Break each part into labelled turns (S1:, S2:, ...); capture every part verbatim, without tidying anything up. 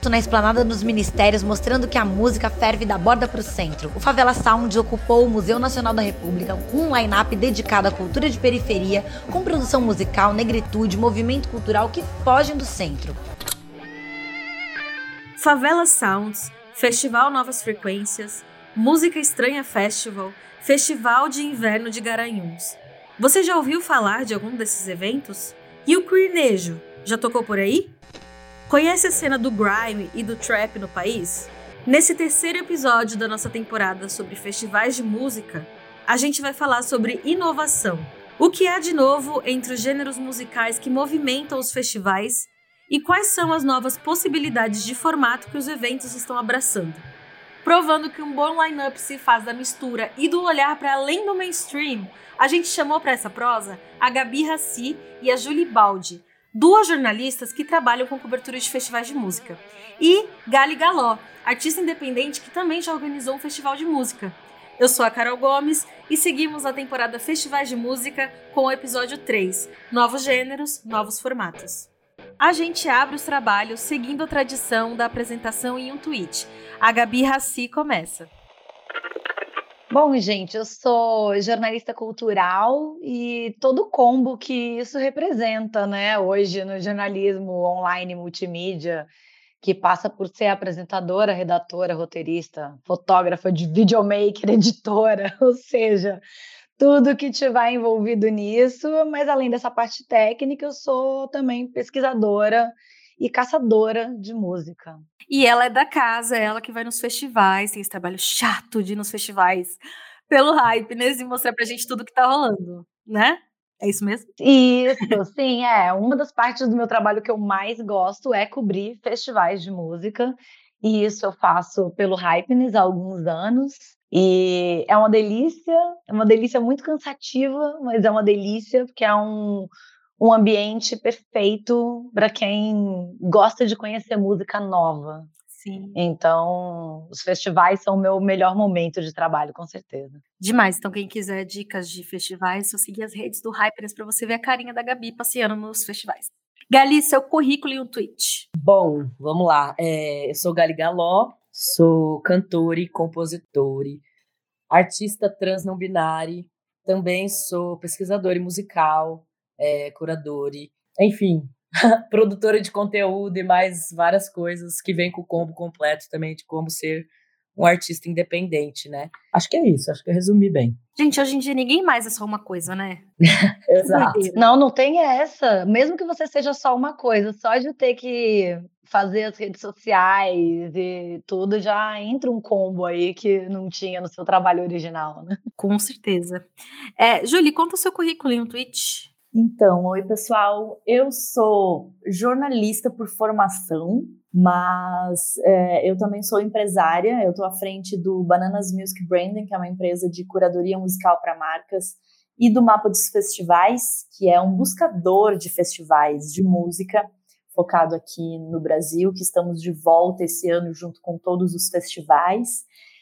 S1: posto na esplanada dos ministérios mostrando que a música ferve da borda para o centro. O Favela Sound ocupou o Museu Nacional da República com um line-up dedicado à cultura de periferia, com produção musical, negritude, movimento cultural que fogem do centro.
S2: Favela Sounds, Festival Novas Frequências, Música Estranha Festival, Festival de Inverno de Garanhuns. Você já ouviu falar de algum desses eventos? E o Queernejo, já tocou por aí? Conhece a cena do grime e do trap no país? Nesse terceiro episódio da nossa temporada sobre festivais de música, a gente vai falar sobre inovação. O que há de novo entre os gêneros musicais que movimentam os festivais e quais são as novas possibilidades de formato que os eventos estão abraçando. Provando que um bom line-up se faz da mistura e do olhar para além do mainstream, a gente chamou para essa prosa a Gabi Hassi e a Julie Baldi, duas jornalistas que trabalham com cobertura de festivais de música, e Gali Galó, artista independente que também já organizou um festival de música. Eu sou a Carol Gomes e seguimos a temporada Festivais de Música com o episódio três, Novos Gêneros, Novos Formatos. A gente abre os trabalhos seguindo a tradição da apresentação em um tweet. A Gabi Hassi começa.
S1: Bom, gente, eu sou jornalista cultural e todo o combo que isso representa, né? Hoje no jornalismo online multimídia, que passa por ser apresentadora, redatora, roteirista, fotógrafa de videomaker, editora, ou seja, tudo que tiver envolvido nisso, mas além dessa parte técnica, eu sou também pesquisadora e caçadora de música.
S2: E ela é da casa, é ela que vai nos festivais, tem esse trabalho chato de ir nos festivais pelo hype, né? E mostrar pra gente tudo que tá rolando, né? É isso mesmo?
S1: Isso, sim, é. Uma das partes do meu trabalho que eu mais gosto é cobrir festivais de música. E isso eu faço pelo Hypeness há alguns anos. E é uma delícia, é uma delícia muito cansativa, mas é uma delícia porque é um, um ambiente perfeito para quem gosta de conhecer música nova.
S2: Sim.
S1: Então, os festivais são o meu melhor momento de trabalho, com certeza.
S2: Demais. Então, quem quiser dicas de festivais, só seguir as redes do Hypeness para você ver a carinha da Gabi passeando nos festivais. Gali, seu currículo e um tweet.
S3: Bom, vamos lá. É, eu sou Gali Galó, sou cantora e compositora, artista trans não binária, também sou pesquisadora musical, é, curadora, enfim, produtora de conteúdo e mais várias coisas que vem com o combo completo também de como ser um artista independente, né? Acho que é isso, acho que eu resumi bem.
S2: Gente, hoje em dia ninguém mais é só uma coisa, né?
S3: Exato.
S1: Não, não tem essa. Mesmo que você seja só uma coisa, só de ter que fazer as redes sociais e tudo, já entra um combo aí que não tinha no seu trabalho original, né?
S2: Com certeza. É, Julie, conta o seu currículo em um tweet.
S4: Então, oi pessoal, eu sou jornalista por formação, mas é, eu também sou empresária, eu estou à frente do Bananas Music Branding, que é uma empresa de curadoria musical para marcas, e do Mapa dos Festivais, que é um buscador de festivais de música, focado aqui no Brasil, que estamos de volta esse ano junto com todos os festivais.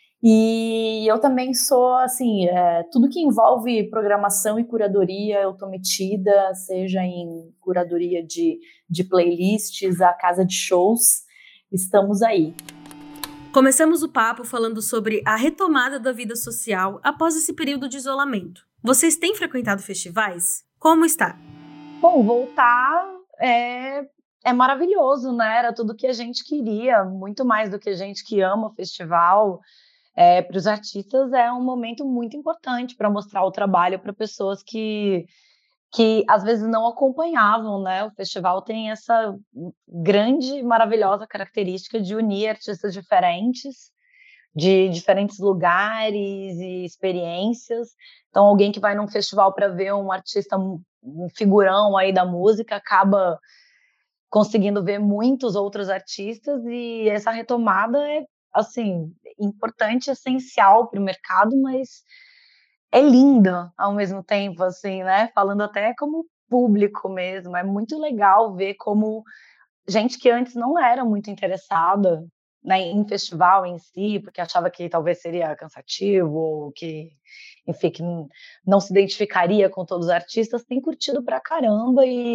S4: E eu também sou, assim, é, tudo que envolve programação e curadoria, eu tô metida, seja em curadoria de, de playlists, a casa de shows, estamos aí.
S2: Começamos o papo falando sobre a retomada da vida social após esse período de isolamento. Vocês têm frequentado festivais? Como está?
S1: Bom, voltar é, é maravilhoso, né? Era tudo que a gente queria, muito mais do que a gente que ama o festival. É, para os artistas é um momento muito importante para mostrar o trabalho para pessoas que, que às vezes não acompanhavam, né? O festival tem essa grande, maravilhosa característica de unir artistas diferentes, de diferentes lugares e experiências. Então, alguém que vai num festival para ver um artista, um figurão aí da música, acaba conseguindo ver muitos outros artistas, e essa retomada é, assim, importante, essencial para o mercado, mas é linda ao mesmo tempo, assim, né? Falando até como público mesmo, é muito legal ver como gente que antes não era muito interessada, né, em festival em si, porque achava que talvez seria cansativo, ou que, enfim, que não se identificaria com todos os artistas, tem curtido pra caramba, e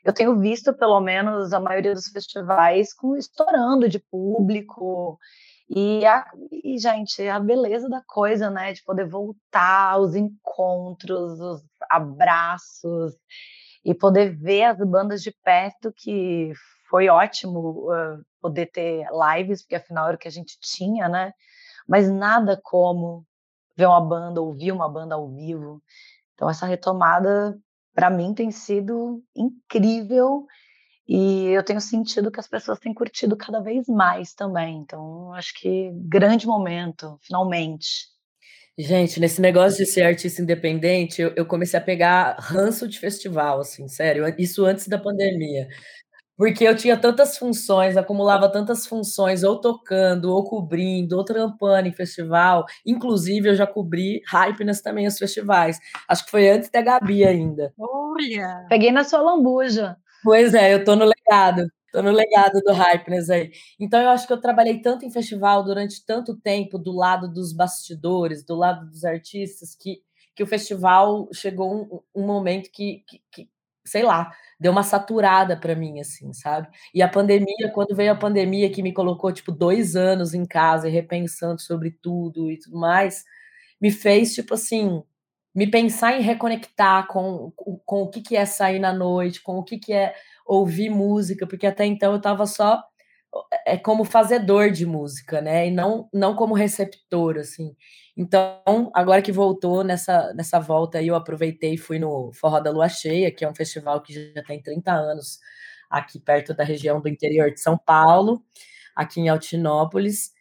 S1: eu tenho visto, pelo menos, a maioria dos festivais com, estourando de público. E, a, e, gente, a beleza da coisa, né? De poder voltar, os encontros, os abraços, e poder ver as bandas de perto, que foi ótimo uh, poder ter lives, porque afinal era o que a gente tinha, né? Mas nada como ver uma banda, ouvir uma banda ao vivo. Então, essa retomada, para mim, tem sido incrível, e eu tenho sentido que as pessoas têm curtido cada vez mais também. Então, acho que grande momento, finalmente.
S3: Gente, nesse negócio de ser artista independente, eu, eu comecei a pegar ranço de festival, assim, sério, isso antes da pandemia. Porque eu tinha tantas funções, acumulava tantas funções, ou tocando, ou cobrindo, ou trampando em festival. Inclusive, eu já cobri Hypeness também, os festivais. Acho que foi antes da Gabi ainda.
S2: Olha!
S1: Peguei na sua lambuja.
S3: Pois é, eu tô no legado. Tô no legado do Hypeness aí. Então, eu acho que eu trabalhei tanto em festival durante tanto tempo, do lado dos bastidores, do lado dos artistas, que, que o festival chegou um, um momento que, que, que, sei lá, deu uma saturada para mim, assim, sabe? E a pandemia, quando veio a pandemia, que me colocou, tipo, dois anos em casa e repensando sobre tudo e tudo mais, me fez, tipo assim, me pensar em reconectar com, com o que, que é sair na noite, com o que, que é ouvir música, porque até então eu estava só é, como fazedor de música, né? E não, não como receptor, assim. Então, agora que voltou nessa, nessa volta aí, eu aproveitei e fui no Forró da Lua Cheia, que é um festival que já tem trinta anos aqui perto da região do interior de São Paulo, aqui em Altinópolis,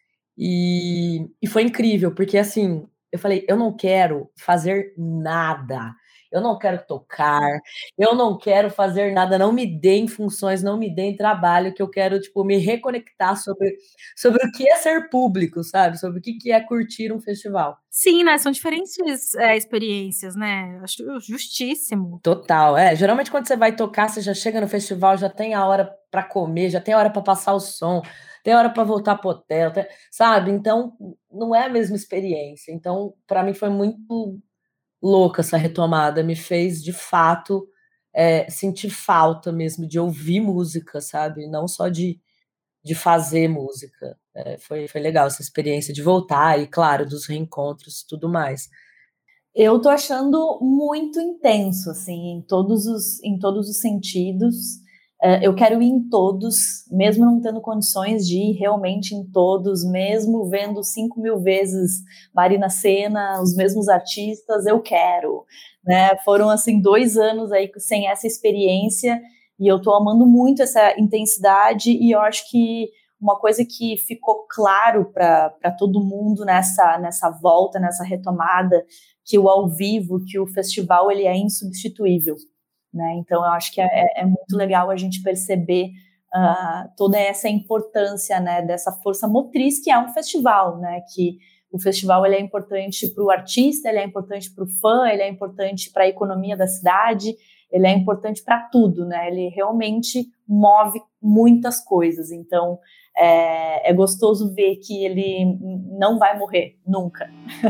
S3: e, e foi incrível, porque assim, eu falei, eu não quero fazer nada, eu não quero tocar, eu não quero fazer nada, não me deem funções, não me deem trabalho, que eu quero, tipo, me reconectar sobre, sobre o que é ser público, sabe? Sobre o que é curtir um festival.
S2: Sim, né? São diferentes é, experiências, né? Acho justíssimo.
S3: Total, é. Geralmente quando você vai tocar, você já chega no festival, já tem a hora para comer, já tem a hora para passar o som, tem hora para voltar pro hotel, tem, sabe? Então, não é a mesma experiência. Então, para mim foi muito louca essa retomada, me fez de fato é, sentir falta mesmo de ouvir música, sabe? Não só de, de fazer música. É, foi, foi legal essa experiência de voltar e, claro, dos reencontros e tudo mais.
S4: Eu tô achando muito intenso, assim, em todos os, em todos os sentidos. Uh, eu quero ir em todos, mesmo não tendo condições de ir realmente em todos, mesmo vendo cinco mil vezes Marina Sena, os mesmos artistas, eu quero, né? Foram, assim, dois anos aí sem essa experiência, e eu tô amando muito essa intensidade, e eu acho que uma coisa que ficou claro para todo mundo nessa, nessa volta, nessa retomada, que o ao vivo, que o festival, ele é insubstituível, né? Então, eu acho que é, é muito legal a gente perceber uh, toda essa importância, né, dessa força motriz que é um festival, né? Que o festival, ele é importante para o artista, ele é importante para o fã, ele é importante para a economia da cidade, ele é importante para tudo, né? Ele realmente move muitas coisas. Então, é, é gostoso ver que ele não vai morrer nunca.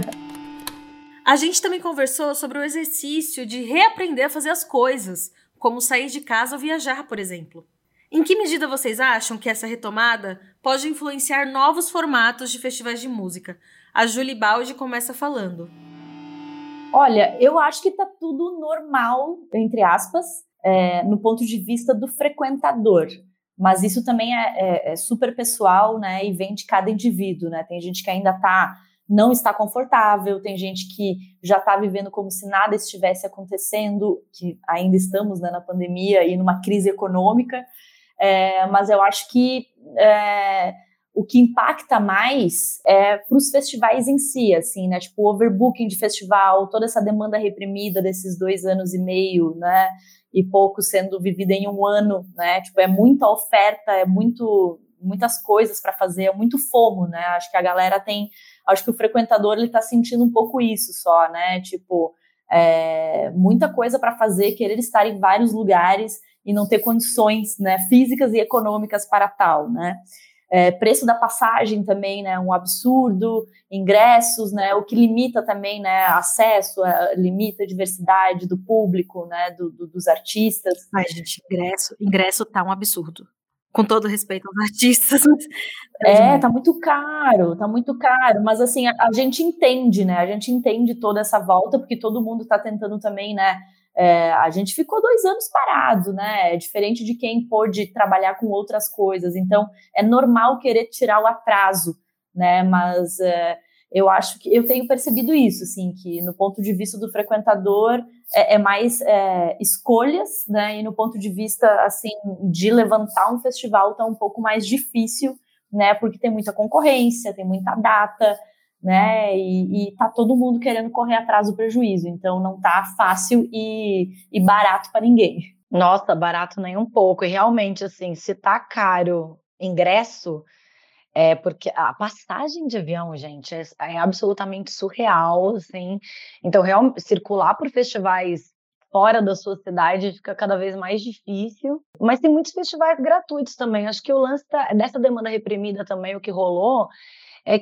S2: A gente também conversou sobre o exercício de reaprender a fazer as coisas, como sair de casa ou viajar, por exemplo. Em que medida vocês acham que essa retomada pode influenciar novos formatos de festivais de música? A Julie Baldi começa falando.
S4: Olha, eu acho que está tudo normal, entre aspas, é, no ponto de vista do frequentador. Mas isso também é, é, é super pessoal, né? E vem de cada indivíduo, né? Tem gente que ainda tá, não está confortável, tem gente que já está vivendo como se nada estivesse acontecendo, que ainda estamos, né, na pandemia e numa crise econômica. É, mas eu acho que é, o que impacta mais é para os festivais em si, assim, né? Tipo, o overbooking de festival, toda essa demanda reprimida desses dois anos e meio, né? E pouco sendo vivida em um ano, né? Tipo, é muita oferta, é muito, muitas coisas para fazer, é muito FOMO, né? Acho que a galera tem, acho que o frequentador, ele tá sentindo um pouco isso só, né? Tipo, é, muita coisa para fazer, querer estar em vários lugares e não ter condições, né, físicas e econômicas para tal, né? É, preço da passagem também, né, um absurdo, ingressos, né, o que limita também, né, acesso, a, limita a diversidade do público, né, do, do, dos artistas.
S2: Ai, gente, ingresso, ingresso tá um absurdo. Com todo respeito aos artistas.
S4: É, tá muito caro, tá muito caro, mas assim, a, a gente entende, né, a gente entende toda essa volta, porque todo mundo tá tentando também, né, é, a gente ficou dois anos parado, né? É diferente de quem pôde trabalhar com outras coisas. Então, é normal querer tirar o atraso, né? Mas é, eu acho que eu tenho percebido isso, assim, que no ponto de vista do frequentador é, é mais é, escolhas, né? E no ponto de vista, assim, de levantar um festival tá um pouco mais difícil, né? Porque tem muita concorrência, tem muita data, né, e, e tá todo mundo querendo correr atrás do prejuízo, então não tá fácil e, e barato para ninguém.
S1: Nossa, barato nem um pouco, e realmente, assim, se tá caro ingresso, é porque a passagem de avião, gente, é, é absolutamente surreal, assim, então real, circular por festivais fora da sua cidade fica cada vez mais difícil, mas tem muitos festivais gratuitos também, acho que o lance da, dessa demanda reprimida também, o que rolou, é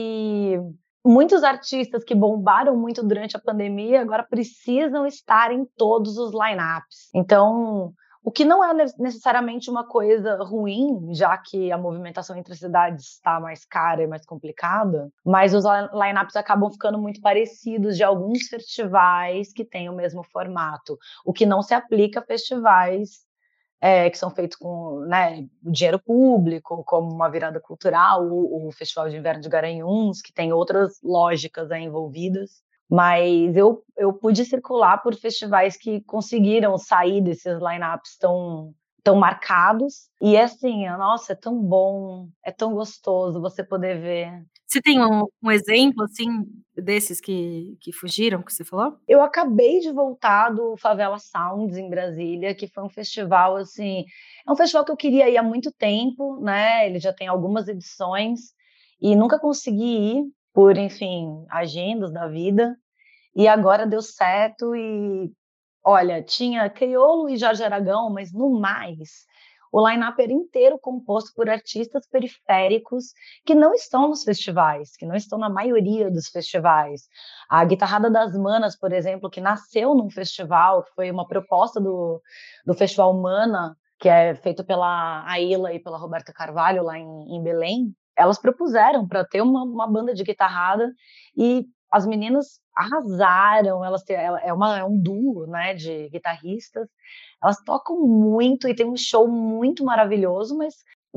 S1: que muitos artistas que bombaram muito durante a pandemia agora precisam estar em todos os lineups. Então, o que não é necessariamente uma coisa ruim, já que a movimentação entre as cidades está mais cara e mais complicada, mas os lineups acabam ficando muito parecidos de alguns festivais que têm o mesmo formato, o que não se aplica a festivais É, que são feitos com, né, dinheiro público, como uma virada cultural, o, o Festival de Inverno de Garanhuns, que tem outras lógicas aí envolvidas. Mas eu, eu pude circular por festivais que conseguiram sair desses lineups tão, tão marcados. E assim, nossa, é tão bom, é tão gostoso você poder ver.
S2: Você tem um, um exemplo, assim, desses que, que fugiram, que você falou?
S1: Eu acabei de voltar do Favela Sounds em Brasília, que foi um festival, assim, é um festival que eu queria ir há muito tempo, né? Ele já tem algumas edições e nunca consegui ir por, enfim, agendas da vida. E agora deu certo e, olha, tinha Criolo e Jorge Aragão, mas no mais, o line-up era inteiro composto por artistas periféricos que não estão nos festivais, que não estão na maioria dos festivais. A Guitarrada das Manas, por exemplo, que nasceu num festival, que foi uma proposta do, do Festival Mana, que é feito pela Aila e pela Roberta Carvalho, lá em, em Belém, elas propuseram para ter uma, uma banda de guitarrada e as meninas arrasaram, elas têm, é, uma, é um duo, né, de guitarristas, elas tocam muito e tem um show muito maravilhoso, mas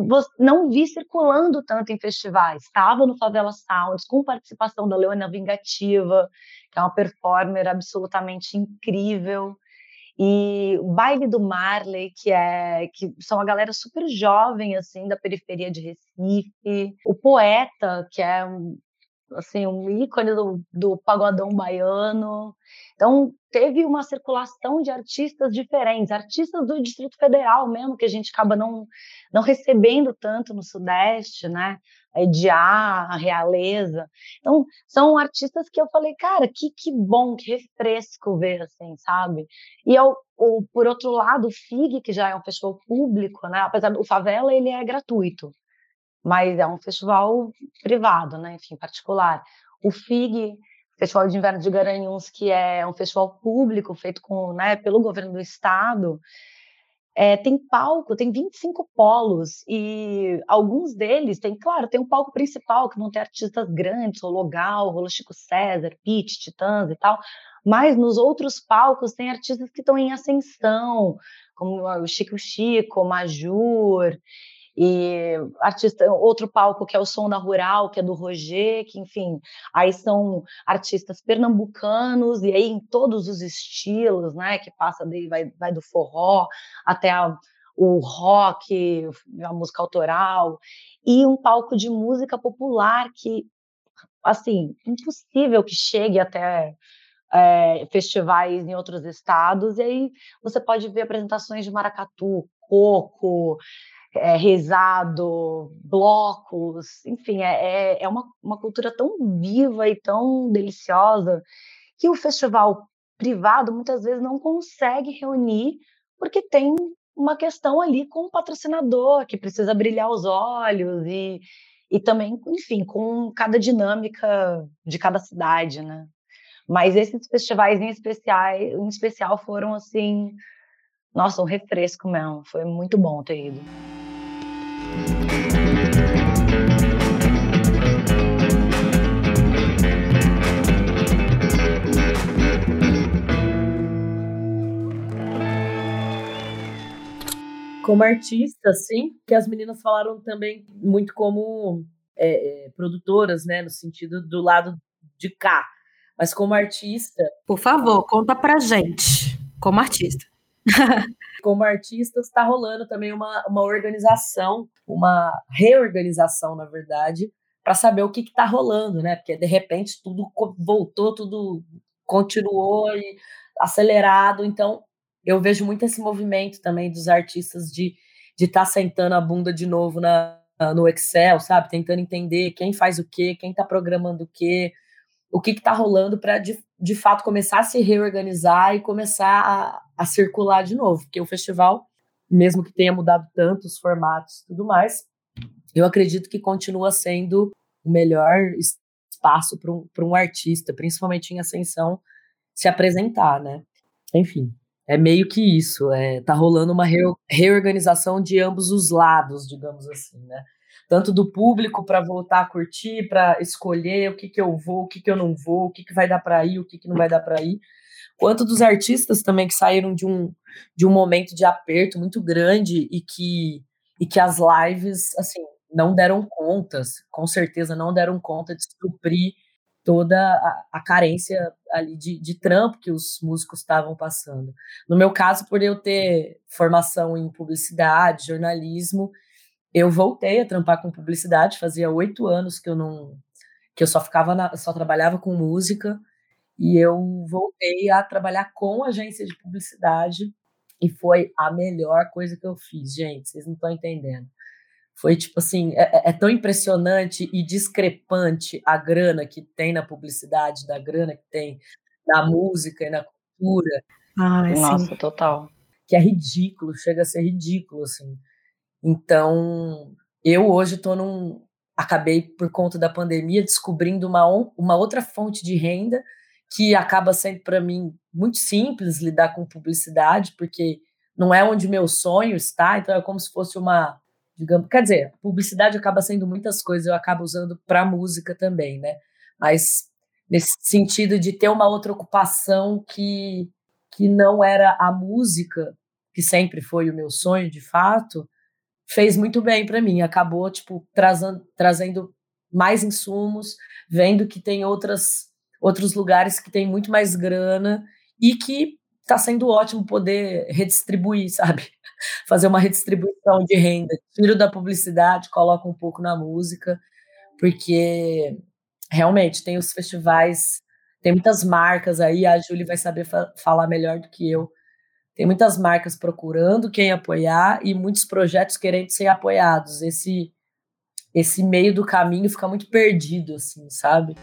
S1: não vi circulando tanto em festivais. Estava no Favela Sounds, com participação da Leona Vingativa, que é uma performer absolutamente incrível, e o Baile do Marley, que é que são uma galera super jovem, assim, da periferia de Recife, o Poeta, que é um assim, um ícone do, do pagodão baiano. Então, teve uma circulação de artistas diferentes, artistas do Distrito Federal mesmo, que a gente acaba não, não recebendo tanto no Sudeste, né? A Ediá, a Realeza. Então, são artistas que eu falei, cara, que, que bom, que refresco ver, assim, sabe? E, eu, o, por outro lado, o F I G, que já é um festival público, né? Apesar do Favela, ele é gratuito, mas é um festival privado, né? Enfim, particular. O F I G, Festival de Inverno de Garanhuns, que é um festival público feito com, né, pelo governo do estado, é, tem palco, tem vinte e cinco polos, e alguns deles tem, claro, tem um palco principal, que não tem artistas grandes, Rolô Gal, Rolô Chico César, Pitty, Titãs e tal, mas nos outros palcos tem artistas que estão em ascensão, como o Chico Chico, o Majur, e artista, outro palco que é o Som da Rural, que é do Roger, que enfim, aí são artistas pernambucanos, e aí em todos os estilos, né, que passa daí, vai, vai do forró até a, o rock, a música autoral, e um palco de música popular que, assim, impossível que chegue até é, festivais em outros estados, e aí você pode ver apresentações de maracatu, coco, é, rezado, blocos, enfim, é, é, é uma, uma cultura tão viva e tão deliciosa que o festival privado muitas vezes não consegue reunir porque tem uma questão ali com o patrocinador, que precisa brilhar os olhos e e também, enfim, com cada dinâmica de cada cidade, né. Mas esses festivais em especiais em especial foram, assim, nossa, um refresco mesmo, foi muito bom ter ido.
S3: Como artista, sim, que as meninas falaram também muito como é, é, produtoras, né, no sentido do lado de cá. Mas como artista,
S2: Por favor, conta pra gente, como artista.
S3: como artista, está rolando também uma, uma organização, uma reorganização, na verdade, para saber o que está rolando, né? Porque de repente tudo voltou, tudo continuou e acelerado. Então, eu vejo muito esse movimento também dos artistas de de estar tá sentando a bunda de novo na, no Excel, sabe? Tentando entender quem faz o quê, quem está programando o quê, o que está rolando para, de, de fato, começar a se reorganizar e começar a, a circular de novo. Porque o festival, mesmo que tenha mudado tanto os formatos e tudo mais, eu acredito que continua sendo o melhor espaço para um, para um artista, principalmente em ascensão, se apresentar, né? Enfim, é meio que isso. É, tá rolando uma reorganização de ambos os lados, digamos assim, né? Tanto do público para voltar a curtir, para escolher o que, que eu vou, o que, que eu não vou, o que, que vai dar para ir, o que, que não vai dar para ir, quanto dos artistas também que saíram de um, de um momento de aperto muito grande e que, e que as lives, assim, não deram conta, com certeza não deram conta de suprir toda a, a carência ali de, de trampo que os músicos estavam passando. No meu caso, por eu ter formação em publicidade, jornalismo, eu voltei a trampar com publicidade, fazia oito anos que eu não, que eu só ficava na, só trabalhava com música, e eu voltei a trabalhar com agência de publicidade, e foi a melhor coisa que eu fiz, gente, vocês não estão entendendo. Foi tipo assim, é, é tão impressionante e discrepante a grana que tem na publicidade, da grana que tem na música e na cultura.
S2: Ai,
S1: Nossa,
S2: sim.
S1: total.
S3: Que é ridículo, chega a ser ridículo, assim. Então, eu hoje estou num... Acabei, por conta da pandemia, descobrindo uma, uma outra fonte de renda que acaba sendo, para mim, muito simples lidar com publicidade, porque não é onde meu sonho está, então é como se fosse uma, digamos, quer dizer, publicidade acaba sendo muitas coisas, eu acabo usando para música também, né? Mas nesse sentido de ter uma outra ocupação que, que não era a música, que sempre foi o meu sonho, de fato, fez muito bem para mim, acabou tipo trazendo, trazendo mais insumos, vendo que tem outras, outros lugares que tem muito mais grana e que está sendo ótimo poder redistribuir, sabe? Fazer uma redistribuição de renda, tiro da publicidade, coloca um pouco na música, porque realmente tem os festivais, tem muitas marcas aí, a Júlia vai saber fa- falar melhor do que eu. Tem muitas marcas procurando quem apoiar e muitos projetos querendo ser apoiados. Esse, esse meio do caminho fica muito perdido, assim, sabe?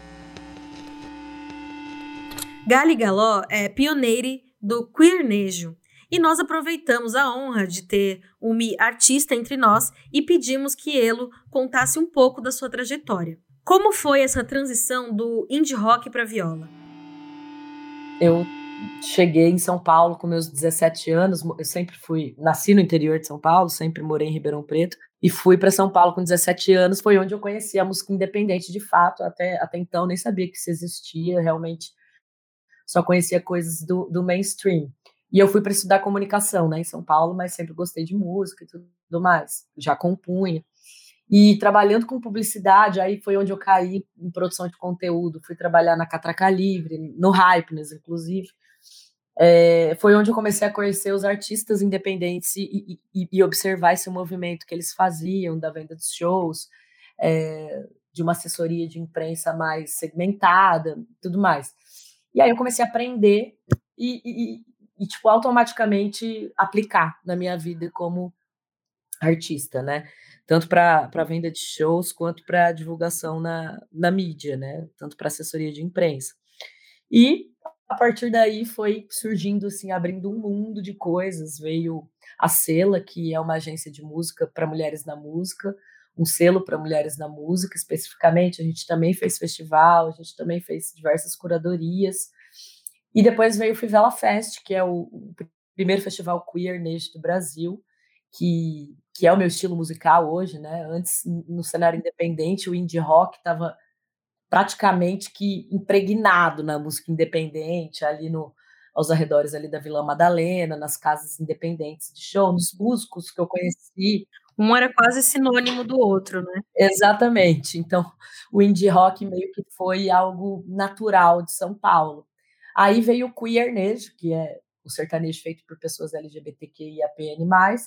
S2: Gali Galó é pioneira do queernejo e nós aproveitamos a honra de ter uma artista entre nós e pedimos que ele contasse um pouco da sua trajetória. Como foi essa transição do indie rock para viola?
S3: Eu cheguei em São Paulo com meus dezessete anos, eu sempre fui, nasci no interior de São Paulo, sempre morei em Ribeirão Preto, e fui para São Paulo com dezessete anos, foi onde eu conheci a música independente de fato, até, até então nem sabia que isso existia, realmente só conhecia coisas do, do mainstream. E eu fui para estudar comunicação, né, em São Paulo, mas sempre gostei de música e tudo mais, já compunha. E trabalhando com publicidade, aí foi onde eu caí em produção de conteúdo, fui trabalhar na Catraca Livre, no Hypeness, inclusive. É, foi onde eu comecei a conhecer os artistas independentes e, e, e observar esse movimento que eles faziam, da venda de shows, é, de uma assessoria de imprensa mais segmentada, tudo mais. E aí eu comecei a aprender e, e, e tipo, automaticamente aplicar na minha vida como artista, né? Tanto para venda de shows quanto para divulgação na, na mídia, né? Tanto para assessoria de imprensa. E a partir daí foi surgindo, assim, abrindo um mundo de coisas. Veio a Sela, que é uma agência de música para mulheres na música, um selo para mulheres na música, especificamente. A gente também fez festival, a gente também fez diversas curadorias. E depois veio o Fivela Fest, que é o, o primeiro festival queer nerd do Brasil, que, que é o meu estilo musical hoje, né? Antes, no cenário independente, o indie rock estava praticamente que impregnado na música independente, ali no, aos arredores ali da Vila Madalena, nas casas independentes de show, nos músicos que eu conheci.
S2: Um era quase sinônimo do outro, né?
S3: Exatamente. Então, o indie rock meio que foi algo natural de São Paulo. Aí veio o queernejo, que é o sertanejo feito por pessoas L G B T Q I A P N mais,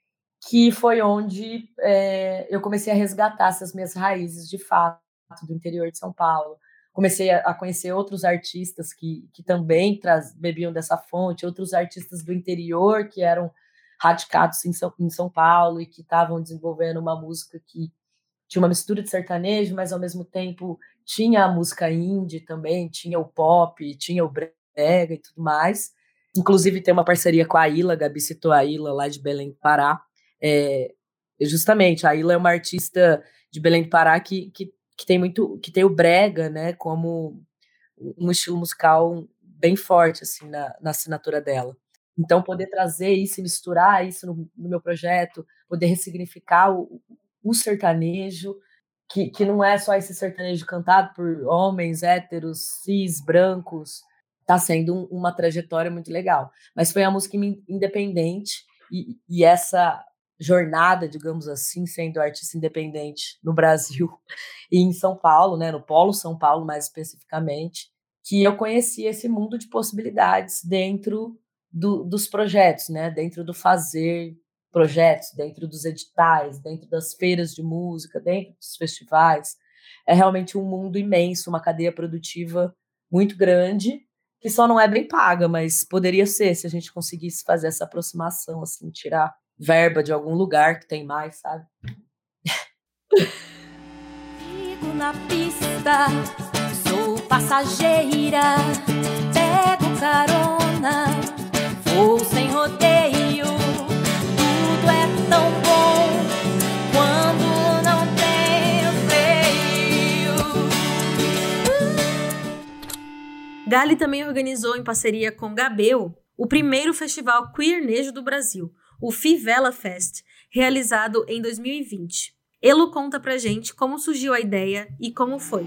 S3: que foi onde é, eu comecei a resgatar essas minhas raízes de fato do interior de São Paulo. Comecei a, a conhecer outros artistas que, que também traz, bebiam dessa fonte, outros artistas do interior que eram radicados em São, em São Paulo e que estavam desenvolvendo uma música que tinha uma mistura de sertanejo, mas ao mesmo tempo tinha a música indie também, tinha o pop, tinha o brega e tudo mais. Inclusive tem uma parceria com a Ila, a Gabi citou a Ila lá de Belém do Pará. É, justamente, a Ila é uma artista de Belém do Pará que, que, que tem muito, que tem o brega, né, como um estilo musical bem forte assim na, na assinatura dela. Então, poder trazer isso e misturar isso no, no meu projeto, poder ressignificar o, o sertanejo, que, que não é só esse sertanejo cantado por homens héteros, cis, brancos, está sendo um, uma trajetória muito legal. Mas foi a música independente e, e essa jornada, digamos assim, sendo artista independente no Brasil e em São Paulo, né, no Polo São Paulo mais especificamente, que eu conheci esse mundo de possibilidades dentro do, dos projetos, né, dentro do fazer projetos, dentro dos editais, dentro das feiras de música, dentro dos festivais. É realmente um mundo imenso, uma cadeia produtiva muito grande, que só não é bem paga, mas poderia ser se a gente conseguisse fazer essa aproximação, assim, tirar verba de algum lugar que tem mais, sabe?
S5: Fico na pista, sou passageira, pego carona, vou sem rodeio, tudo é tão bom quando não tem freio.
S2: Gali também organizou em parceria com Gabel o primeiro festival queernejo do Brasil, o Fivela Fest, realizado em dois mil e vinte. Elo conta pra gente como surgiu a ideia e como foi.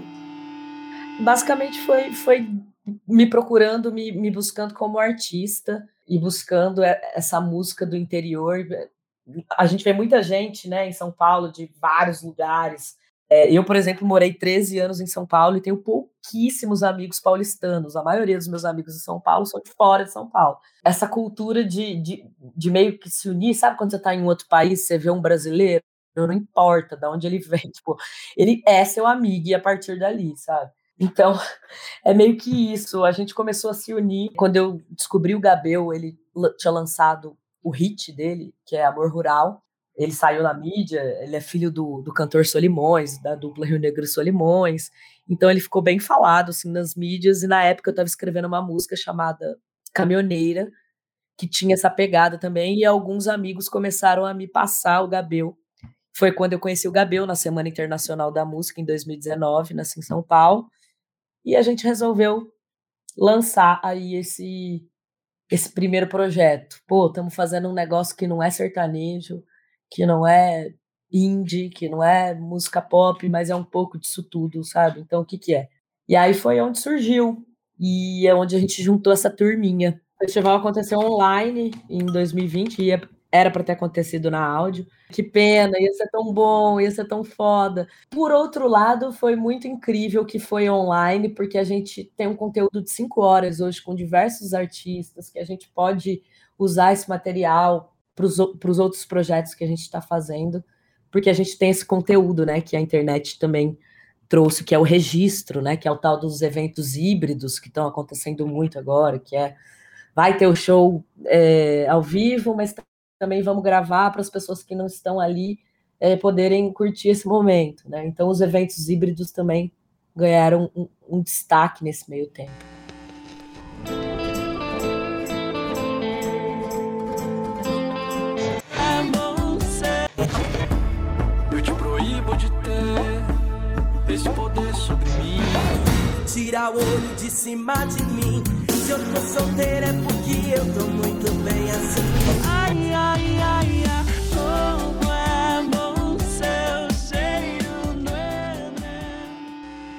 S3: Basicamente foi, foi me procurando, me, me buscando como artista e buscando essa música do interior. A gente vê muita gente, né, em São Paulo, de vários lugares. É, eu, por exemplo, morei treze anos em São Paulo e tenho pouquíssimos amigos paulistanos. A maioria dos meus amigos em São Paulo são de fora de São Paulo. Essa cultura de, de, de meio que se unir, sabe quando você está em outro país, você vê um brasileiro, não importa de onde ele vem, tipo, ele é seu amigo e a partir dali, sabe? Então, é meio que isso. A gente começou a se unir. Quando eu descobri o Gabel, ele tinha lançado o hit dele, que é Amor Rural. Ele saiu na mídia, ele é filho do, do cantor Solimões, da dupla Rio Negro e Solimões. Então, ele ficou bem falado assim, nas mídias. E na época eu estava escrevendo uma música chamada Caminhoneira, que tinha essa pegada também. E alguns amigos começaram a me passar o Gabel. Foi quando eu conheci o Gabel na Semana Internacional da Música, em dois mil e dezenove, nasci em São Paulo. E a gente resolveu lançar aí esse, esse primeiro projeto. Pô, estamos fazendo um negócio que não é sertanejo, que não é indie, que não é música pop, mas é um pouco disso tudo, sabe? Então, o que que é? E aí foi onde surgiu, e é onde a gente juntou essa turminha. O festival aconteceu online em dois mil e vinte, e era para ter acontecido na áudio. Que pena, ia ser tão bom, ia ser tão foda. Por outro lado, foi muito incrível que foi online, porque a gente tem um conteúdo de cinco horas hoje com diversos artistas, que a gente pode usar esse material para os outros projetos que a gente está fazendo, porque a gente tem esse conteúdo, né, que a internet também trouxe, que é o registro, né, que é o tal dos eventos híbridos que estão acontecendo muito agora, que é, vai ter o show é, ao vivo, mas também vamos gravar para as pessoas que não estão ali é, poderem curtir esse momento, né? Então, os eventos híbridos também ganharam um, um destaque nesse meio tempo.
S6: pode ter esse poder sobre mim. Tira o olho de cima de mim. Se eu tô solteira é porque eu tô muito bem assim. Ai, ai, ai, ai, como é bom seu cheiro no Enem.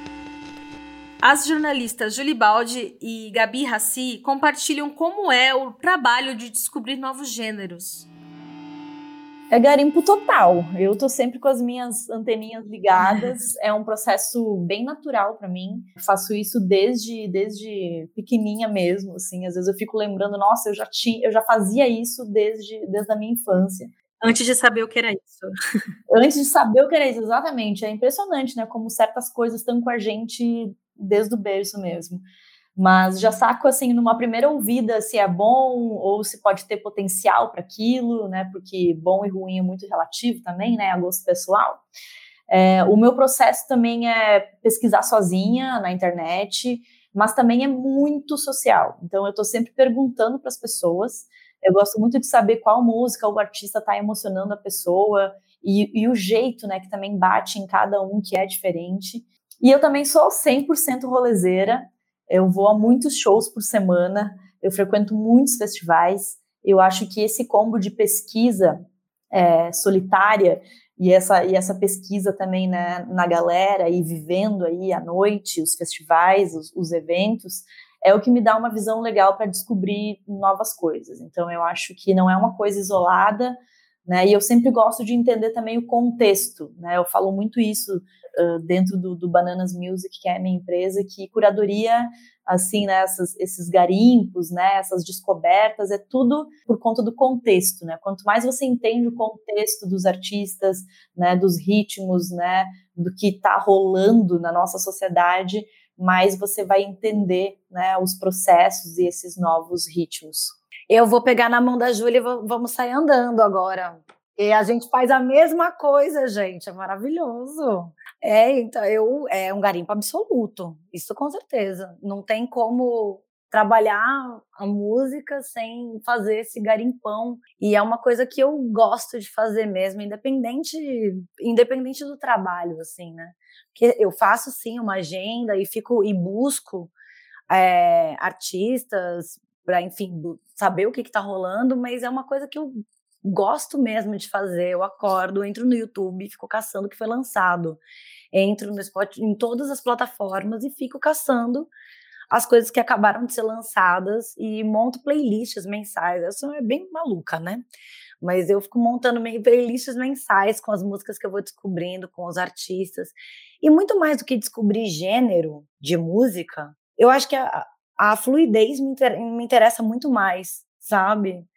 S2: As jornalistas Julie Baldi e Gabi Hassi compartilham como é o trabalho de descobrir novos gêneros.
S4: É garimpo total. Eu tô sempre com as minhas anteninhas ligadas. É um processo bem natural para mim. Faço isso desde desde pequenininha mesmo, assim. Às vezes eu fico lembrando, nossa, eu já tinha, eu já fazia isso desde desde a minha infância.
S2: Antes de saber o que era isso.
S4: Antes de saber o que era isso, exatamente. É impressionante, né, como certas coisas estão com a gente desde o berço mesmo. Mas já saco, assim, numa primeira ouvida se é bom ou se pode ter potencial para aquilo, né? Porque bom e ruim é muito relativo também, né? A gosto pessoal. É, o meu processo também é pesquisar sozinha na internet, mas também é muito social. Então, eu estou sempre perguntando para as pessoas. Eu gosto muito de saber qual música o artista está emocionando a pessoa e, e o jeito, né? Que também bate em cada um, que é diferente. E eu também sou cem por cento rolezeira. Eu vou a muitos shows por semana, eu frequento muitos festivais. Eu acho que esse combo de pesquisa é, solitária e essa, e essa pesquisa também, né, na galera e vivendo aí à noite os festivais, os, os eventos, é o que me dá uma visão legal para descobrir novas coisas. Então eu acho que não é uma coisa isolada, né, e eu sempre gosto de entender também o contexto, né, eu falo muito isso uh, dentro do, do Bananas Music, que é a minha empresa, que curadoria, assim, né, essas, esses garimpos, né, essas descobertas, é tudo por conta do contexto, né, quanto mais você entende o contexto dos artistas, né, dos ritmos, né, do que está rolando na nossa sociedade, mais você vai entender, né, os processos e esses novos ritmos.
S1: Eu vou pegar na mão da Júlia e vamos sair andando agora. E a gente faz a mesma coisa, gente. É maravilhoso. É, então, eu, é um garimpo absoluto. Isso com certeza. Não tem como trabalhar a música sem fazer esse garimpão. E é uma coisa que eu gosto de fazer mesmo, independente, independente do trabalho, assim, né? Porque eu faço, sim, uma agenda e fico e busco é, artistas para, enfim, saber o que está rolando, mas é uma coisa que eu gosto mesmo de fazer. Eu acordo, entro no YouTube, fico caçando o que foi lançado, entro no Spotify, em todas as plataformas e fico caçando as coisas que acabaram de ser lançadas e monto playlists mensais. Essa é bem maluca, né? Mas eu fico montando playlists mensais com as músicas que eu vou descobrindo, com os artistas. E muito mais do que descobrir gênero de música, eu acho que a a fluidez me, inter- me interessa muito mais, sabe?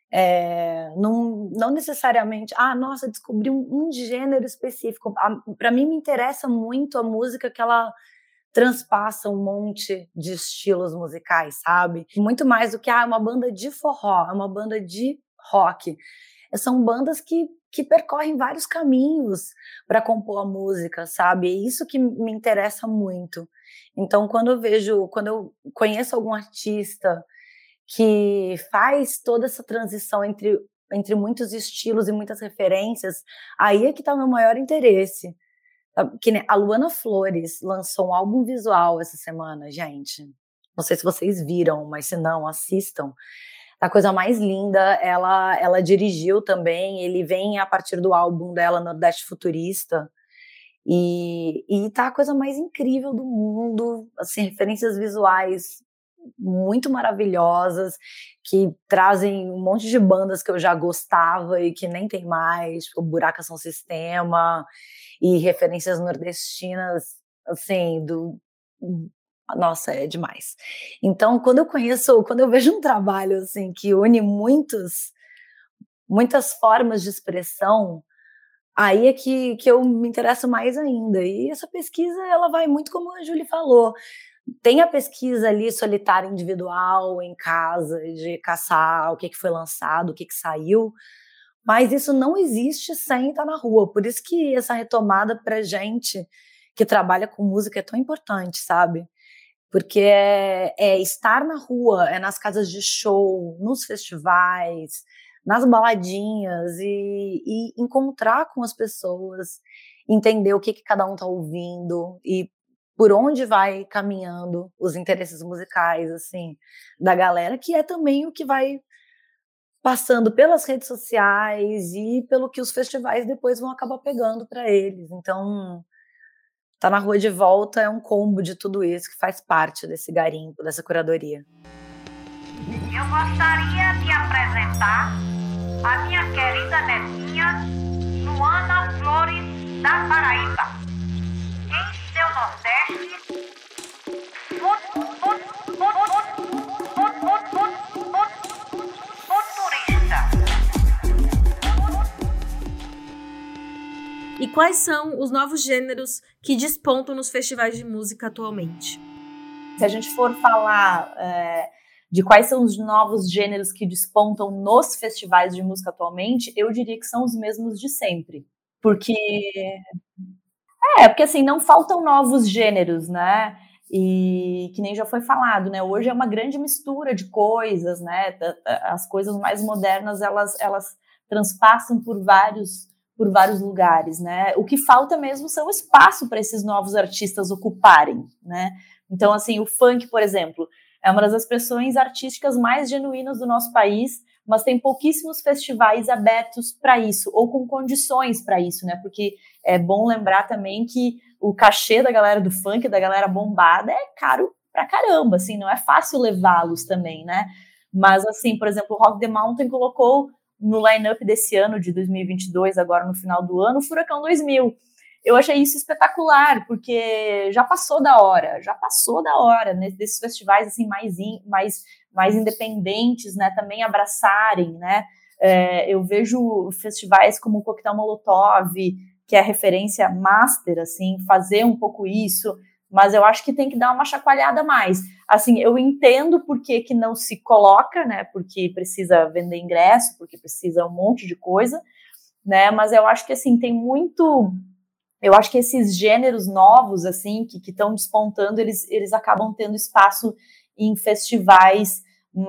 S1: É, não, não necessariamente, ah, nossa, descobri um, um gênero específico. Para mim, me interessa muito a música que ela transpassa um monte de estilos musicais, sabe? Muito mais do que, ah, uma banda de forró, uma banda de rock. São bandas que, que percorrem vários caminhos para compor a música, sabe? É isso que me interessa muito. Então, quando eu vejo, quando eu conheço algum artista que faz toda essa transição entre, entre muitos estilos e muitas referências, aí é que está o meu maior interesse. Que a Luana Flores lançou um álbum visual essa semana, gente. Não sei se vocês viram, mas se não, assistam. A coisa mais linda, ela, ela dirigiu também, ele vem a partir do álbum dela, Nordeste Futurista, e, e tá a coisa mais incrível do mundo, assim, referências visuais muito maravilhosas, que trazem um monte de bandas que eu já gostava e que nem tem mais, tipo Buraca São Sistema, e referências nordestinas, assim, do... Nossa, é demais. Então, quando eu conheço, quando eu vejo um trabalho assim que une muitos, muitas formas de expressão, aí é que, que eu me interesso mais ainda. E essa pesquisa, ela vai muito como a Julie falou. Tem a pesquisa ali solitária individual, em casa, de caçar o que, que foi lançado, o que, que saiu, mas isso não existe sem estar na rua. Por isso que essa retomada pra gente que trabalha com música é tão importante, sabe? Porque é, é estar na rua, é nas casas de show, nos festivais, nas baladinhas e, e encontrar com as pessoas entender o que, que cada um está ouvindo e por onde vai caminhando os interesses musicais, assim, da galera, que é também o que vai passando pelas redes sociais e pelo que os festivais depois vão acabar pegando para eles. Então, tá na Rua de Volta é um combo de tudo isso que faz parte desse garimpo, dessa curadoria.
S7: Eu gostaria de apresentar a minha querida netinha, Luana Flores, da Paraíba. Em seu Nordeste,
S2: E quais são os novos gêneros que despontam nos festivais de música atualmente?
S4: Se a gente for falar é, de quais são os novos gêneros que despontam nos festivais de música atualmente, eu diria que são os mesmos de sempre. Porque... É, porque assim, não faltam novos gêneros, né? E que nem já foi falado, né? Hoje é uma grande mistura de coisas, né? As coisas mais modernas, elas, elas transpassam por vários... por vários lugares, né? O que falta mesmo são espaço para esses novos artistas ocuparem, né? Então, assim, o funk, por exemplo, é uma das expressões artísticas mais genuínas do nosso país, mas tem pouquíssimos festivais abertos para isso, ou com condições para isso, né? Porque é bom lembrar também que o cachê da galera do funk, da galera bombada, é caro pra caramba, assim, não é fácil levá-los também, né? Mas, assim, por exemplo, o Rock the Mountain colocou no line-up desse ano, de dois mil e vinte e dois, agora no final do ano, o Furacão dois mil. Eu achei isso espetacular, porque já passou da hora, já passou da hora, né, desses festivais assim, mais, in, mais, mais independentes, né, também abraçarem, né, é, eu vejo festivais como o Coquetel Molotov, que é a referência master, assim, fazer um pouco isso, mas eu acho que tem que dar uma chacoalhada a mais. Assim, eu entendo por que que não se coloca, né, porque precisa vender ingresso, porque precisa um monte de coisa, né, mas eu acho que, assim, tem muito... Eu acho que esses gêneros novos, assim, que estão despontando, eles, eles acabam tendo espaço em festivais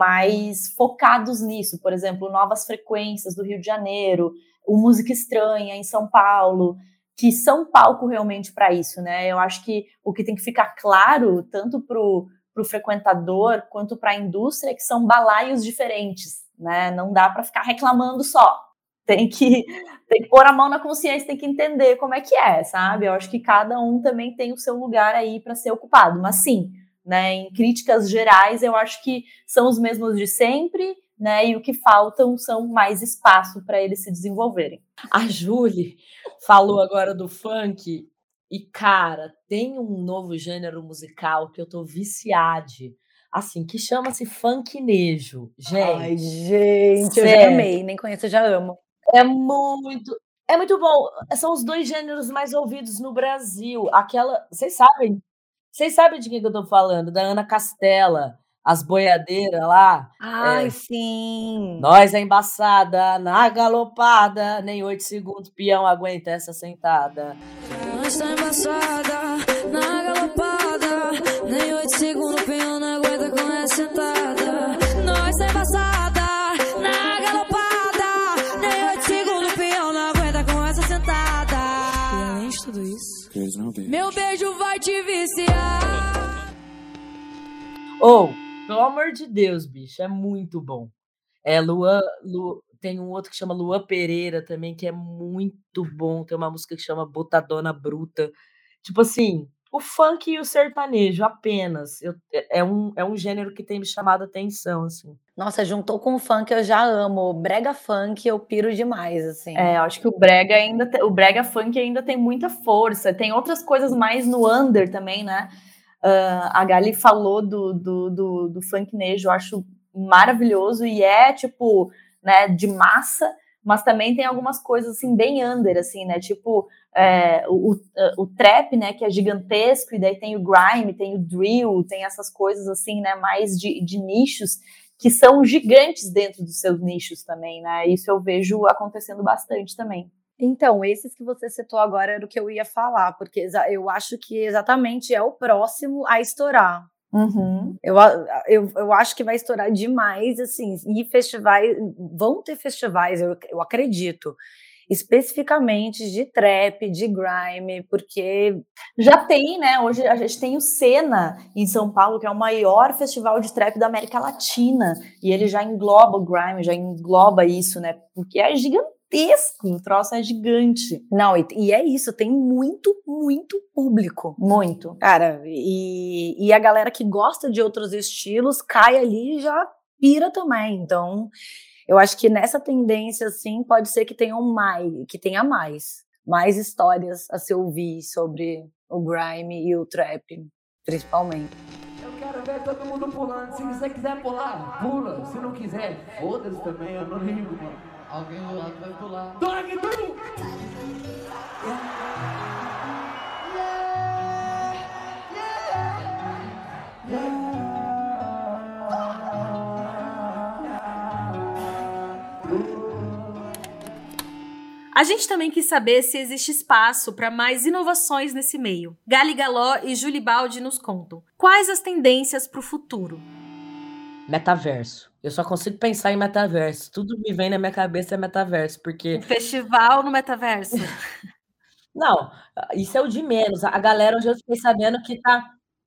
S4: mais focados nisso. Por exemplo, Novas Frequências do Rio de Janeiro, o Música Estranha em São Paulo, que são palco realmente para isso, né? Eu acho que o que tem que ficar claro, tanto para o frequentador quanto para a indústria, é que são balaios diferentes, né? Não dá para ficar reclamando só. Tem que, tem que pôr a mão na consciência, tem que entender como é que é, sabe? Eu acho que cada um também tem o seu lugar aí para ser ocupado. Mas sim, né, em críticas gerais, eu acho que são os mesmos de sempre, né? E o que faltam são mais espaço para eles se desenvolverem.
S3: A Júlia falou agora do funk e, cara, tem um novo gênero musical que eu tô viciada, assim, que chama-se funknejo. Gente,
S1: ai, gente,
S3: sério,
S1: eu já amei, nem conheço, eu já amo.
S3: É muito, é muito bom. São os dois gêneros mais ouvidos no Brasil. Aquela, vocês sabem, vocês sabem de quem que eu tô falando? Da Ana Castela, as boiadeiras lá.
S1: Ai,
S3: É,
S1: sim.
S3: nós é embaçada, na galopada, nem oito segundos, peão aguenta essa sentada.
S5: Nós tá embaçada, na galopada, nem oito segundos, peão não aguenta com essa sentada. Nós tá embaçada, na galopada, nem oito segundos, peão não aguenta com essa sentada. E além de tudo isso, meu beijo vai te viciar.
S3: Ou, oh, pelo amor de Deus, bicho, é muito bom. É, Luan, Lu, tem um outro que chama Luan Pereira também, que é muito bom. Tem uma música que chama Botadona Bruta. Tipo assim, o funk e o sertanejo apenas. Eu, é, um, é um gênero que tem me chamado a atenção, assim.
S1: Nossa, juntou com o funk, eu já amo. Brega funk, eu piro demais, assim.
S4: É, eu acho que o brega ainda, te, o brega funk ainda tem muita força. Tem outras coisas mais no under também, né? Uh, a Gali falou do, do, do, do funknejo, eu acho maravilhoso e é, tipo, né, de massa, mas também tem algumas coisas, assim, bem under, assim, né, tipo, é, o, o, o trap, né, que é gigantesco, e daí tem o grime, tem o drill, tem essas coisas, assim, né, mais de, de nichos, que são gigantes dentro dos seus nichos também, né, isso eu vejo acontecendo bastante também.
S1: Então, esses que você citou agora era o que eu ia falar, porque eu acho que exatamente é o próximo a estourar.
S4: Uhum.
S1: Eu, eu, eu acho que vai estourar demais, assim, e festivais, vão ter festivais, eu, eu acredito, especificamente de trap, de grime, porque
S4: já tem, né? Hoje a gente tem o Cena em São Paulo, que é o maior festival de trap da América Latina, e ele já engloba o grime, já engloba isso, né? Porque é gigantesco, o troço é gigante.
S1: Não, e, e é isso, tem muito, muito público.
S4: Muito.
S1: Cara, e, e a galera que gosta de outros estilos cai ali e já pira também. Então, eu acho que nessa tendência, assim, pode ser que tenham mais, que tenha mais, mais histórias a se ouvir sobre o grime e o trap, principalmente.
S6: Eu quero ver todo mundo pulando. Se você quiser pular, pula. Se não quiser, foda-se também, eu não ligo, mano. Alguém do lado vai pular. Dog, tu!
S2: A gente também quis saber se existe espaço para mais inovações nesse meio. Gali Galó e Julie Baldi nos contam. Quais as tendências para o futuro?
S3: Metaverso. Eu só consigo pensar em metaverso. Tudo que me vem na minha cabeça é metaverso, porque...
S2: Um festival no metaverso.
S3: Não, isso é o de menos. A galera, hoje eu fiquei sabendo que tá,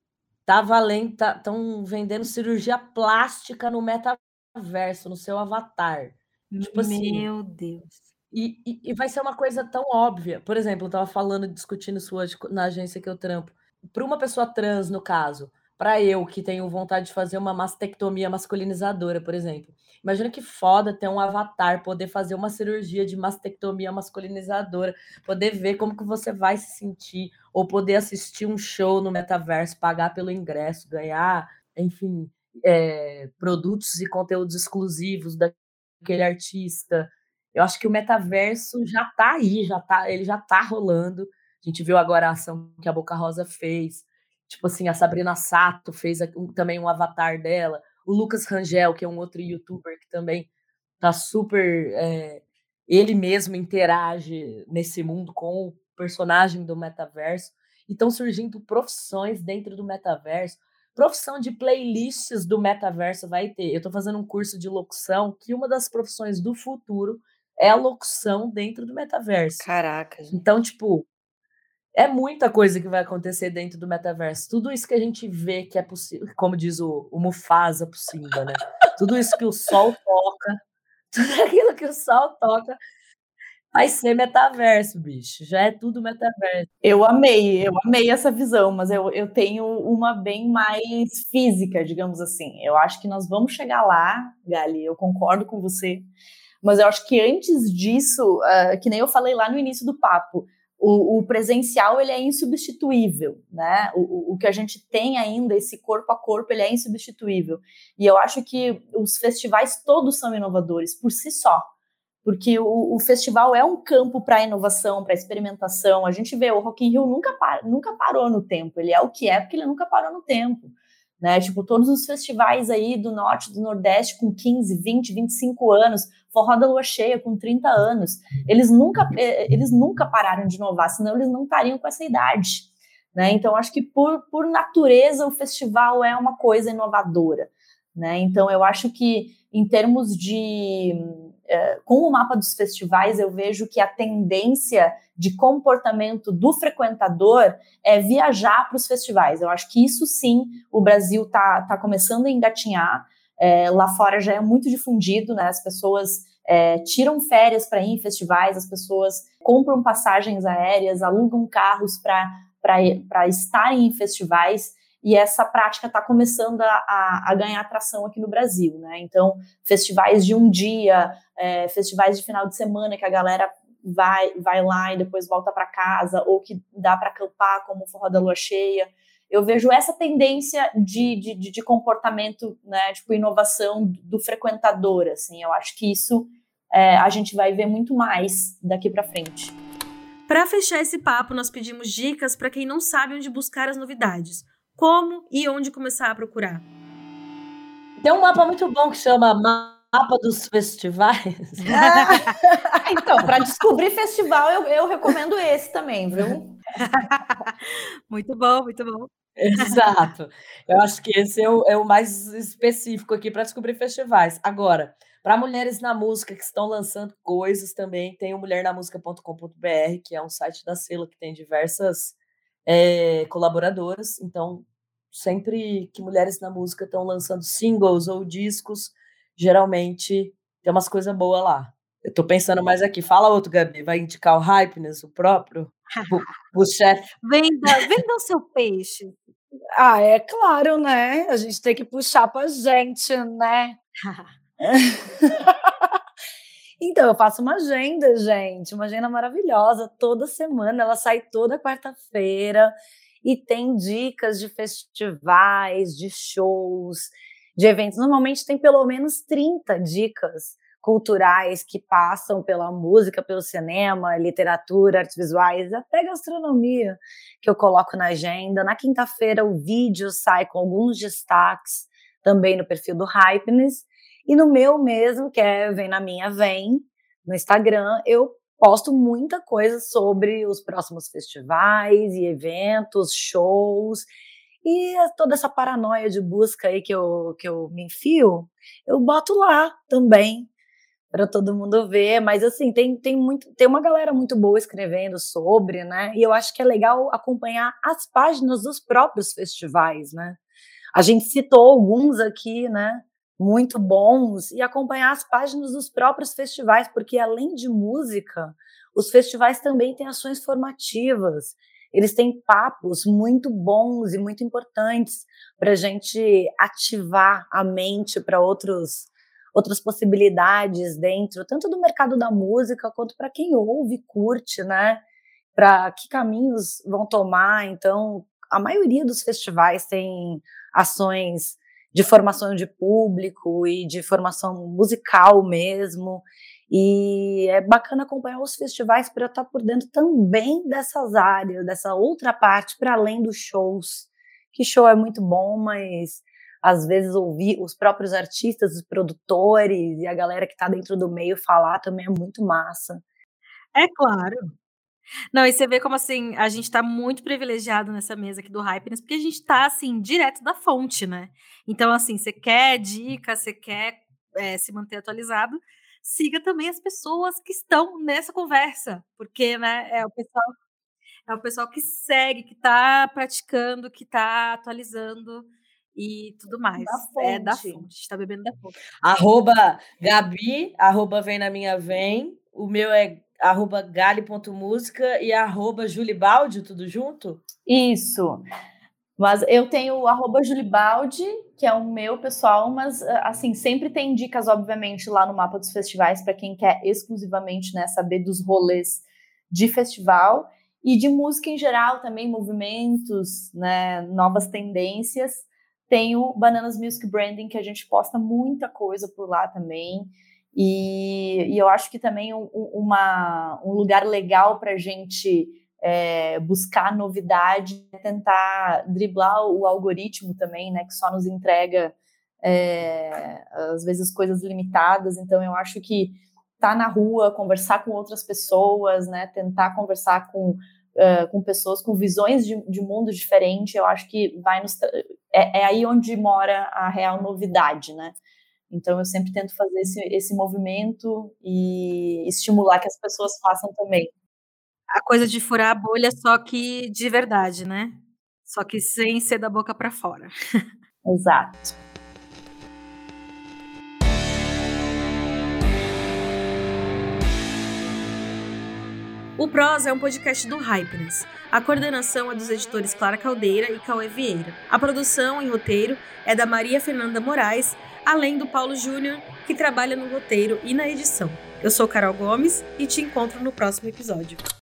S3: tá valendo, estão vendendo cirurgia plástica no metaverso, no seu avatar. Tipo assim...
S2: Meu Deus.
S3: E, e, e vai ser uma coisa tão óbvia. Por exemplo, eu estava falando, discutindo isso hoje na agência que eu trampo. Para uma pessoa trans, no caso, para eu que tenho vontade de fazer uma mastectomia masculinizadora, por exemplo. Imagina que foda ter um avatar, poder fazer uma cirurgia de mastectomia masculinizadora, poder ver como que você vai se sentir, ou poder assistir um show no metaverso, pagar pelo ingresso, ganhar, enfim, é, produtos e conteúdos exclusivos daquele artista. Eu acho que o metaverso já tá aí, já tá, ele já tá rolando. A gente viu agora a ação que a Boca Rosa fez. Tipo assim, a Sabrina Sato fez também um avatar dela. O Lucas Rangel, que é um outro youtuber que também tá super... É, ele mesmo interage nesse mundo com o personagem do metaverso. E estão surgindo profissões dentro do metaverso. Profissão de playlists do metaverso vai ter. Eu estou fazendo um curso de locução que uma das profissões do futuro é a locução dentro do metaverso.
S1: Caraca. Gente.
S3: Então, tipo, é muita coisa que vai acontecer dentro do metaverso. Tudo isso que a gente vê que é possível, como diz o, o Mufasa pro Simba, né? Tudo isso que o sol toca, tudo aquilo que o sol toca, vai ser metaverso, bicho. Já é tudo metaverso.
S4: Eu amei, eu amei essa visão, mas eu, eu tenho uma bem mais física, digamos assim. Eu acho que nós vamos chegar lá, Gali, eu concordo com você. Mas eu acho que antes disso, uh, que nem eu falei lá no início do papo, o, o presencial ele é insubstituível, né? O, o que a gente tem ainda, esse corpo a corpo, ele é insubstituível. E eu acho que os festivais todos são inovadores por si só. Porque o, o festival é um campo para inovação, para experimentação. A gente vê, o Rock in Rio nunca, par, nunca parou no tempo. Ele é o que é porque ele nunca parou no tempo. Né? Tipo, todos os festivais aí do Norte, do Nordeste com quinze, vinte, vinte e cinco anos, Forró da Lua Cheia com trinta anos, eles nunca, eles nunca pararam de inovar, senão eles não estariam com essa idade. Né? Então, acho que por, por natureza o festival é uma coisa inovadora. Né? Então, eu acho que em termos de... com o mapa dos festivais, eu vejo que a tendência de comportamento do frequentador é viajar para os festivais. Eu acho que isso sim, o Brasil está tá começando a engatinhar. É, lá fora já é muito difundido, né? As pessoas é, tiram férias para ir em festivais, as pessoas compram passagens aéreas, alugam carros para estarem em festivais. E essa prática está começando a, a, a ganhar atração aqui no Brasil, né? Então, festivais de um dia, é, festivais de final de semana que a galera vai, vai lá e depois volta para casa, ou que dá para acampar, como o Forró da Lua Cheia. Eu vejo essa tendência de, de, de comportamento, né, tipo, inovação do frequentador, assim. Eu acho que isso é, a gente vai ver muito mais daqui para frente.
S2: Para fechar esse papo, nós pedimos dicas para quem não sabe onde buscar as novidades. Como e onde começar a procurar?
S3: Tem um mapa muito bom que chama Mapa dos Festivais.
S4: Ah, então, para descobrir festival, eu, eu recomendo esse também, viu?
S2: Muito bom, muito bom.
S3: Exato. Eu acho que esse é o, é o mais específico aqui para descobrir festivais. Agora, Para mulheres na música que estão lançando coisas também, tem o mulher na música ponto com ponto b r, que é um site da Sela que tem diversas é, colaboradoras. Então, sempre que mulheres na música estão lançando singles ou discos, geralmente tem umas coisas boas lá. Eu tô pensando mais aqui. Fala outro, Gabi. Vai indicar o Hypeness, o próprio? O, o chefe.
S2: Venda, venda o seu peixe.
S1: Ah, é claro, né? A gente tem que puxar pra gente, né? Então, eu faço uma agenda, gente. Uma agenda maravilhosa. Toda semana. Ela sai toda quarta-feira. E tem dicas de festivais, de shows, de eventos. Normalmente tem pelo menos trinta dicas culturais que passam pela música, pelo cinema, literatura, artes visuais, até gastronomia, que eu coloco na agenda. Na quinta-feira o vídeo sai com alguns destaques também no perfil do Hypeness. E no meu mesmo, que é Vem na Minha Vem, no Instagram, eu posto muita coisa sobre os próximos festivais e eventos, shows, e toda essa paranoia de busca aí que eu, que eu me enfio, eu boto lá também, para todo mundo ver. Mas assim, tem, tem, muito, tem uma galera muito boa escrevendo sobre, né? E eu acho que é legal acompanhar as páginas dos próprios festivais, né? A gente citou alguns aqui, né? Muito bons, e acompanhar as páginas dos próprios festivais, porque além de música, os festivais também têm ações formativas. Eles têm papos muito bons e muito importantes para a gente ativar a mente para outros outras possibilidades dentro, tanto do mercado da música, quanto para quem ouve, curte, né? Para que caminhos vão tomar. Então, a maioria dos festivais tem ações de formação de público e de formação musical mesmo. E é bacana acompanhar os festivais para estar por dentro também dessas áreas, dessa outra parte, para além dos shows. Que show é muito bom, mas às vezes ouvir os próprios artistas, os produtores e a galera que está dentro do meio falar também é muito massa.
S2: É claro. Não, e você vê como, assim, a gente tá muito privilegiado nessa mesa aqui do Hypeness, porque a gente tá, assim, direto da fonte, né? Então, assim, você quer dica, você quer é, se manter atualizado, siga também as pessoas que estão nessa conversa, porque, né, é o pessoal, é o pessoal que segue, que tá praticando, que tá atualizando e tudo mais.
S4: Da fonte.
S2: É da fonte, a gente tá bebendo da fonte.
S3: Arroba Gabi, arroba Vem na Minha Vem. O meu é arroba gali ponto música e arroba Julibaldi, tudo junto?
S4: Isso. Mas eu tenho o arroba Julibaldi, que é o meu pessoal, mas assim, sempre tem dicas, obviamente, lá no Mapa dos Festivais, para quem quer exclusivamente, né, saber dos rolês de festival e de música em geral também, movimentos, né, novas tendências. Tem o Bananas Music Branding, que a gente posta muita coisa por lá também. E, e eu acho que também um, uma, um lugar legal para a gente é, buscar novidade, tentar driblar o algoritmo também, né, que só nos entrega, é, às vezes, coisas limitadas. Então, eu acho que estar na rua, conversar com outras pessoas, né, tentar conversar com, uh, com pessoas com visões de, de mundo diferente, eu acho que vai nos... É, é aí onde mora a real novidade, né? Então, eu sempre tento fazer esse, esse movimento e estimular que as pessoas façam também.
S2: A coisa de furar a bolha, só que de verdade, né? Só que sem ser da boca para fora.
S4: Exato.
S2: O Prosa é um podcast do Hypeness. A coordenação é dos editores Clara Caldeira e Cauê Vieira. A produção e roteiro é da Maria Fernanda Moraes, além do Paulo Júnior, que trabalha no roteiro e na edição. Eu sou Carol Gomes e te encontro no próximo episódio.